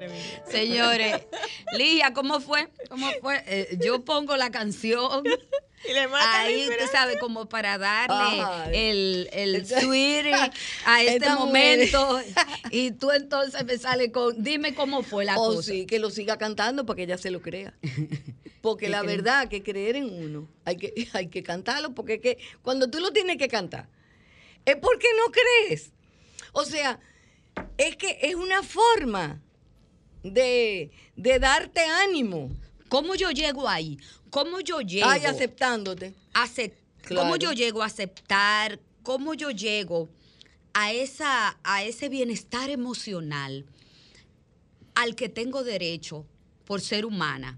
Señores, Ligia, ¿cómo fue? Yo pongo la canción Y le mata ahí la tú sabes, como para darle Ay. el sweetie a este Esta mujer. momento. Y tú entonces me sales con, dime cómo fue la O cosa. sí, que lo siga cantando para que ella se lo crea. Porque la verdad que creer en uno, hay que cantarlo, porque es que cuando tú lo tienes que cantar, es porque no crees. O sea, es que es una forma de darte ánimo. ¿Cómo yo llego ahí? ¿Cómo yo llego? Ay, aceptándote. ¿Cómo Claro. yo llego a aceptar? ¿Cómo yo llego a ese bienestar emocional al que tengo derecho por ser humana?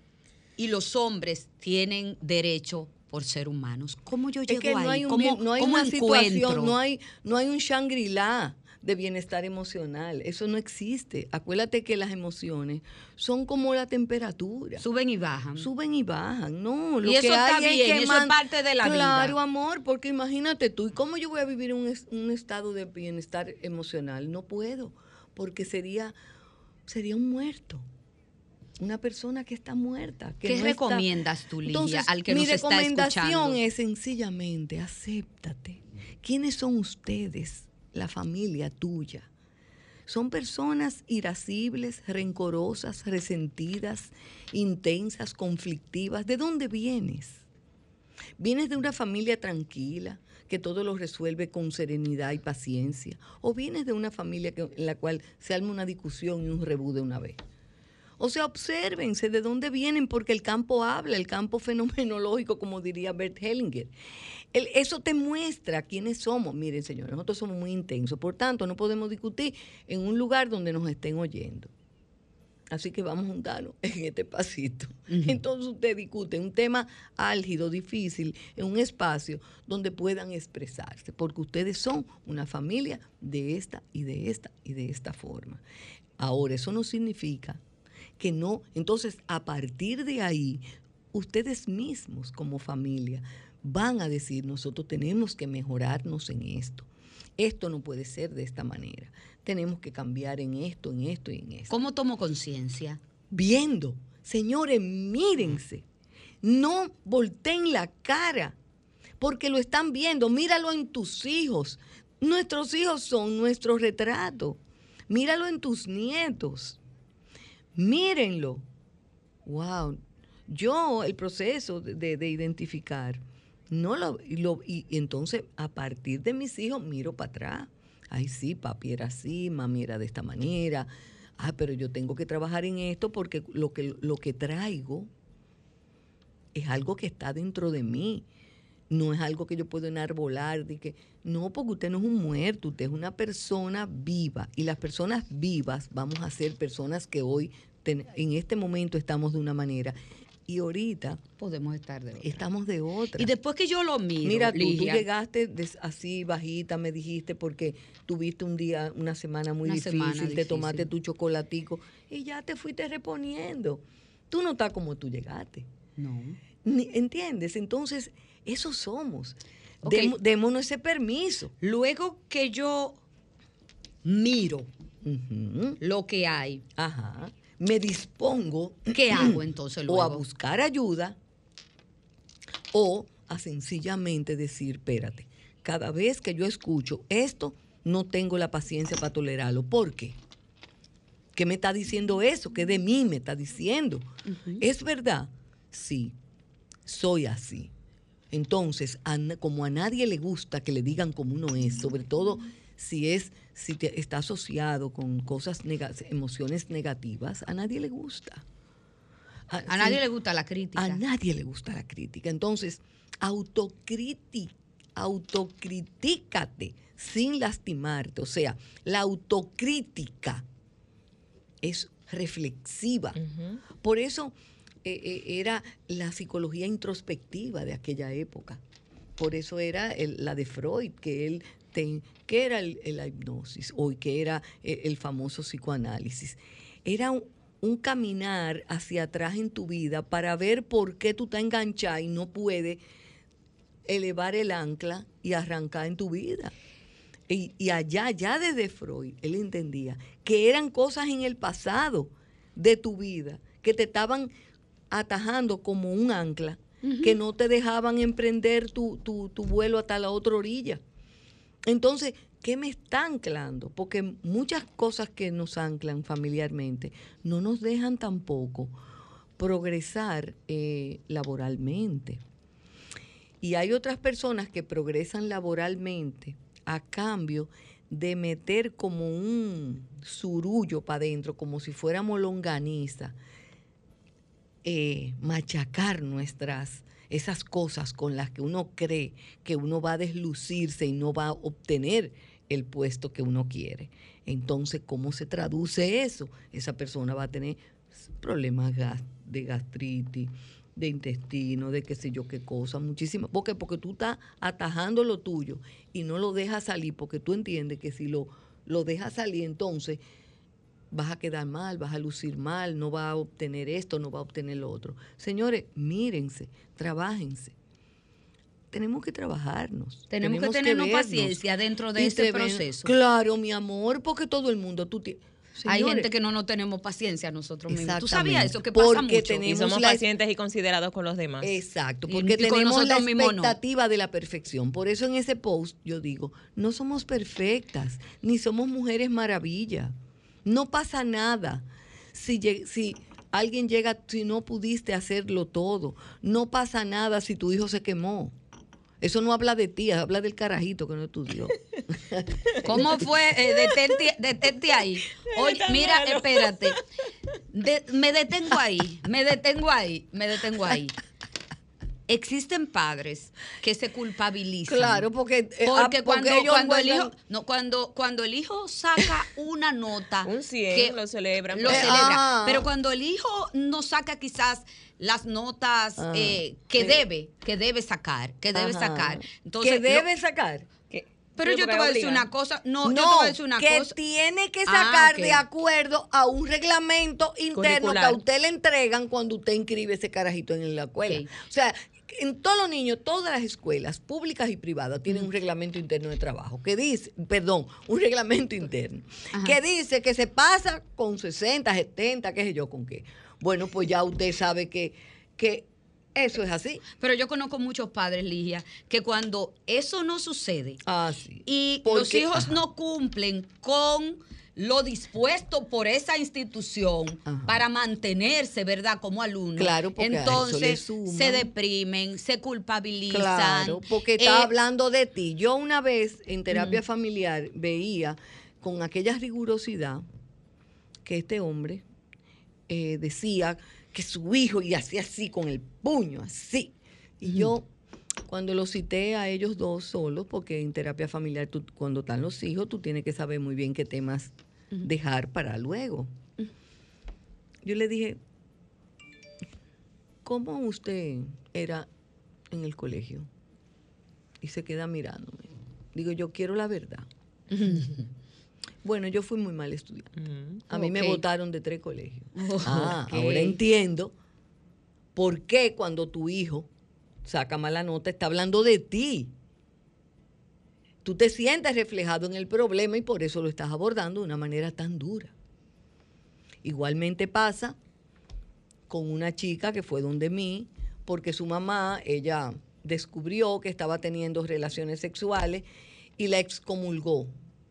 Y los hombres tienen derecho por ser humanos. ¿Cómo yo llego Es que no ahí? hay, ¿Cómo una situación, encuentro? no hay un Shangri-La de bienestar emocional. Eso no existe. Acuérdate que las emociones son como la temperatura. Suben y bajan. Suben y bajan. No, lo Y eso que está hay es bien, que eso es parte de la vida. Claro, amor, porque imagínate tú, ¿y cómo yo voy a vivir un estado de bienestar emocional? No puedo, porque sería un muerto. Una persona que está muerta. Que ¿Qué no recomiendas tú, Ligia, Entonces, al que mi nos está recomendación escuchando? es sencillamente, acéptate. ¿Quiénes son ustedes? La familia tuya. Son personas irascibles, rencorosas, resentidas, intensas, conflictivas. ¿De dónde vienes? ¿Vienes de una familia tranquila, que todo lo resuelve con serenidad y paciencia? ¿O vienes de una familia en la cual se arma una discusión y un rebú de una vez? O sea, obsérvense de dónde vienen, porque el campo habla, el campo fenomenológico, como diría Bert Hellinger. Eso te muestra quiénes somos. Miren, señores, nosotros somos muy intensos, por tanto, no podemos discutir en un lugar donde nos estén oyendo. Así que vamos a juntarnos en este pasito. Entonces usted discute un tema álgido, difícil, en un espacio donde puedan expresarse, porque ustedes son una familia de esta y de esta y de esta forma. Ahora, eso no significa que no. Entonces, a partir de ahí, ustedes mismos como familia van a decir, nosotros tenemos que mejorarnos en esto. Esto no puede ser de esta manera. Tenemos que cambiar en esto, en esto y en esto. ¿Cómo tomo conciencia? Viendo. Señores, mírense. No volteen la cara, porque lo están viendo. Míralo en tus hijos. Nuestros hijos son nuestro retrato. Míralo en tus nietos. Mírenlo. Wow. Yo, el proceso de identificar, y entonces a partir de mis hijos miro para atrás. Ay, sí, papi era así, mami era de esta manera. Pero yo tengo que trabajar en esto porque lo que traigo es algo que está dentro de mí. No es algo que yo puedo enarbolar. No, porque usted no es un muerto, usted es una persona viva. Y las personas vivas vamos a ser personas que hoy, en este momento, estamos de una manera. Y ahorita podemos estar de otra. Estamos de otra. Y después que yo lo miro, mira, tú Ligia, llegaste así bajita, me dijiste, porque tuviste una semana muy difícil, te tomaste tu chocolatico y ya te fuiste reponiendo. Tú no estás como tú llegaste. No. ¿Entiendes? Entonces, eso somos. Okay. Démonos ese permiso. Luego que yo miro lo que hay, me dispongo. ¿Qué hago entonces luego? O a buscar ayuda o a sencillamente decir, espérate, cada vez que yo escucho esto, no tengo la paciencia para tolerarlo. ¿Por qué? ¿Qué me está diciendo eso? ¿Qué de mí me está diciendo? ¿Es verdad? Sí, soy así. Entonces, como a nadie le gusta que le digan cómo uno es, sobre todo si está asociado con emociones negativas, a nadie le gusta. A nadie le gusta la crítica. A nadie le gusta la crítica. Entonces, autocritícate sin lastimarte. O sea, la autocrítica es reflexiva. Por eso era la psicología introspectiva de aquella época. Por eso era la de Freud, que era la hipnosis, o que era el famoso psicoanálisis. Era un caminar hacia atrás en tu vida para ver por qué tú estás enganchada y no puedes elevar el ancla y arrancar en tu vida. Y allá, ya desde Freud, él entendía que eran cosas en el pasado de tu vida que te estaban atajando como un ancla que no te dejaban emprender tu vuelo hasta la otra orilla. Entonces, ¿qué me está anclando? Porque muchas cosas que nos anclan familiarmente no nos dejan tampoco progresar laboralmente. Y hay otras personas que progresan laboralmente a cambio de meter como un surullo para adentro, como si fuéramos longaniza, machacar esas cosas con las que uno cree que uno va a deslucirse y no va a obtener el puesto que uno quiere. Entonces, ¿cómo se traduce eso? Esa persona va a tener problemas de gastritis, de intestino, de qué sé yo qué cosa, muchísimas. ¿Por qué? Porque tú estás atajando lo tuyo y no lo dejas salir, porque tú entiendes que si lo dejas salir, entonces vas a quedar mal, vas a lucir mal, no vas a obtener esto, no vas a obtener lo otro. Señores, mírense, trabájense. Tenemos que trabajarnos. Tenemos que tenernos paciencia dentro de ese proceso. Claro, mi amor, porque todo el mundo, hay gente que no tenemos paciencia nosotros mismos. ¿Tú sabías eso? Que porque pasa mucho. Y somos pacientes y considerados con los demás. Exacto, porque tenemos la expectativa de la perfección. Por eso en ese post yo digo, no somos perfectas, ni somos mujeres maravilla. No pasa nada. Si alguien llega, si no pudiste hacerlo todo, no pasa nada si tu hijo se quemó. Eso no habla de ti, habla del carajito que no estudió. ¿Cómo fue? Detente ahí. Oye, mira, espérate. Me detengo ahí. Existen padres que se culpabilizan. Claro, porque cuando el hijo saca una nota, un 100, lo celebran. Pero cuando el hijo no saca quizás las notas que debe sacar. Entonces, ¿que debe sacar? Pero yo te voy a decir una cosa. Yo te voy a decir una que cosa. Tiene que sacar de acuerdo a un reglamento interno curricular que a usted le entregan cuando usted inscribe ese carajito en la escuela. Okay. O sea, en todos los niños, todas las escuelas públicas y privadas tienen un reglamento interno de trabajo que dice, un reglamento interno que dice que se pasa con 60, 70, qué sé yo con qué. Bueno, pues ya usted sabe que eso es así. Pero yo conozco muchos padres, Ligia, que cuando eso no sucede y los hijos no cumplen con lo dispuesto por esa institución para mantenerse, ¿verdad?, como alumno. Claro, porque entonces se deprimen, se culpabilizan. Claro, porque está hablando de ti. Yo una vez en terapia familiar veía con aquella rigurosidad que este hombre decía que su hijo, y hacía así con el puño, así. Y yo, cuando lo cité a ellos dos solos, porque en terapia familiar, cuando están los hijos, tú tienes que saber muy bien qué temas dejar para luego. Yo le dije, ¿cómo usted era en el colegio? Y se queda mirándome. Digo, yo quiero la verdad. Bueno, yo fui muy mal estudiante. A mí me botaron de 3 colegios. Ahora entiendo por qué cuando tu hijo saca mala nota está hablando de ti. Tú te sientes reflejado en el problema y por eso lo estás abordando de una manera tan dura. Igualmente pasa con una chica que fue donde mí, porque su mamá, ella descubrió que estaba teniendo relaciones sexuales y la excomulgó.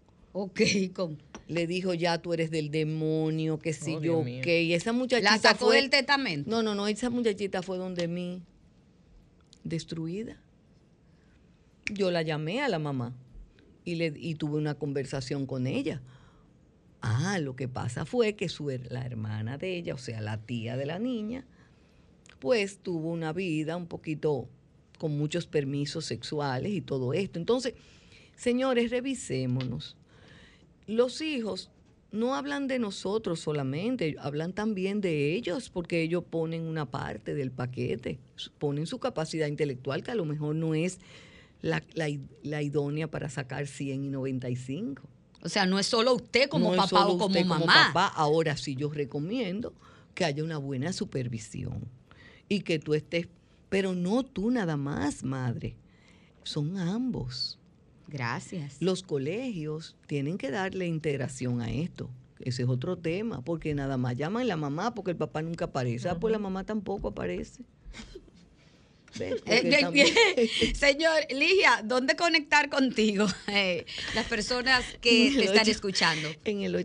Le dijo, ya tú eres del demonio, que si yo, y esa muchachita ¿la sacó del testamento? No, esa muchachita fue donde mí, destruida. Yo la llamé a la mamá y tuve una conversación con ella. Lo que pasa fue que la hermana de ella, o sea, la tía de la niña, pues tuvo una vida un poquito con muchos permisos sexuales y todo esto. Entonces, señores, revisémonos. Los hijos no hablan de nosotros solamente, hablan también de ellos, porque ellos ponen una parte del paquete, ponen su capacidad intelectual, que a lo mejor no es la idónea para sacar 100 y 95. O sea, no es solo usted como papá o como mamá. Ahora sí yo recomiendo que haya una buena supervisión y que tú estés, pero no tú nada más, madre, son ambos. Gracias. Los colegios tienen que darle integración a esto. Ese es otro tema, porque nada más llaman a la mamá porque el papá nunca aparece. Pues la mamá tampoco aparece. Señor, Ligia, ¿dónde conectar contigo? Las personas que te están escuchando. En el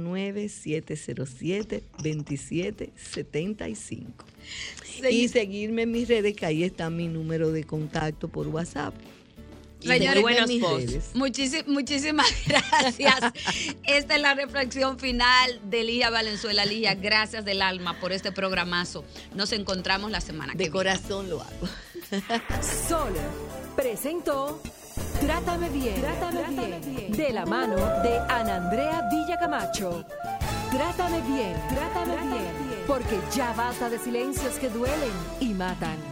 809-707-2775. Y seguirme en mis redes, que ahí está mi número de contacto por WhatsApp. Señores, muchísimas gracias. Esta es la reflexión final de Ligia Valenzuela. Ligia, gracias del alma por este programazo. Nos encontramos la semana que viene. De corazón lo hago. Sol presentó Trátame Bien, de la mano de Ana Andrea Villacamacho. Trátame bien, porque ya basta de silencios que duelen y matan.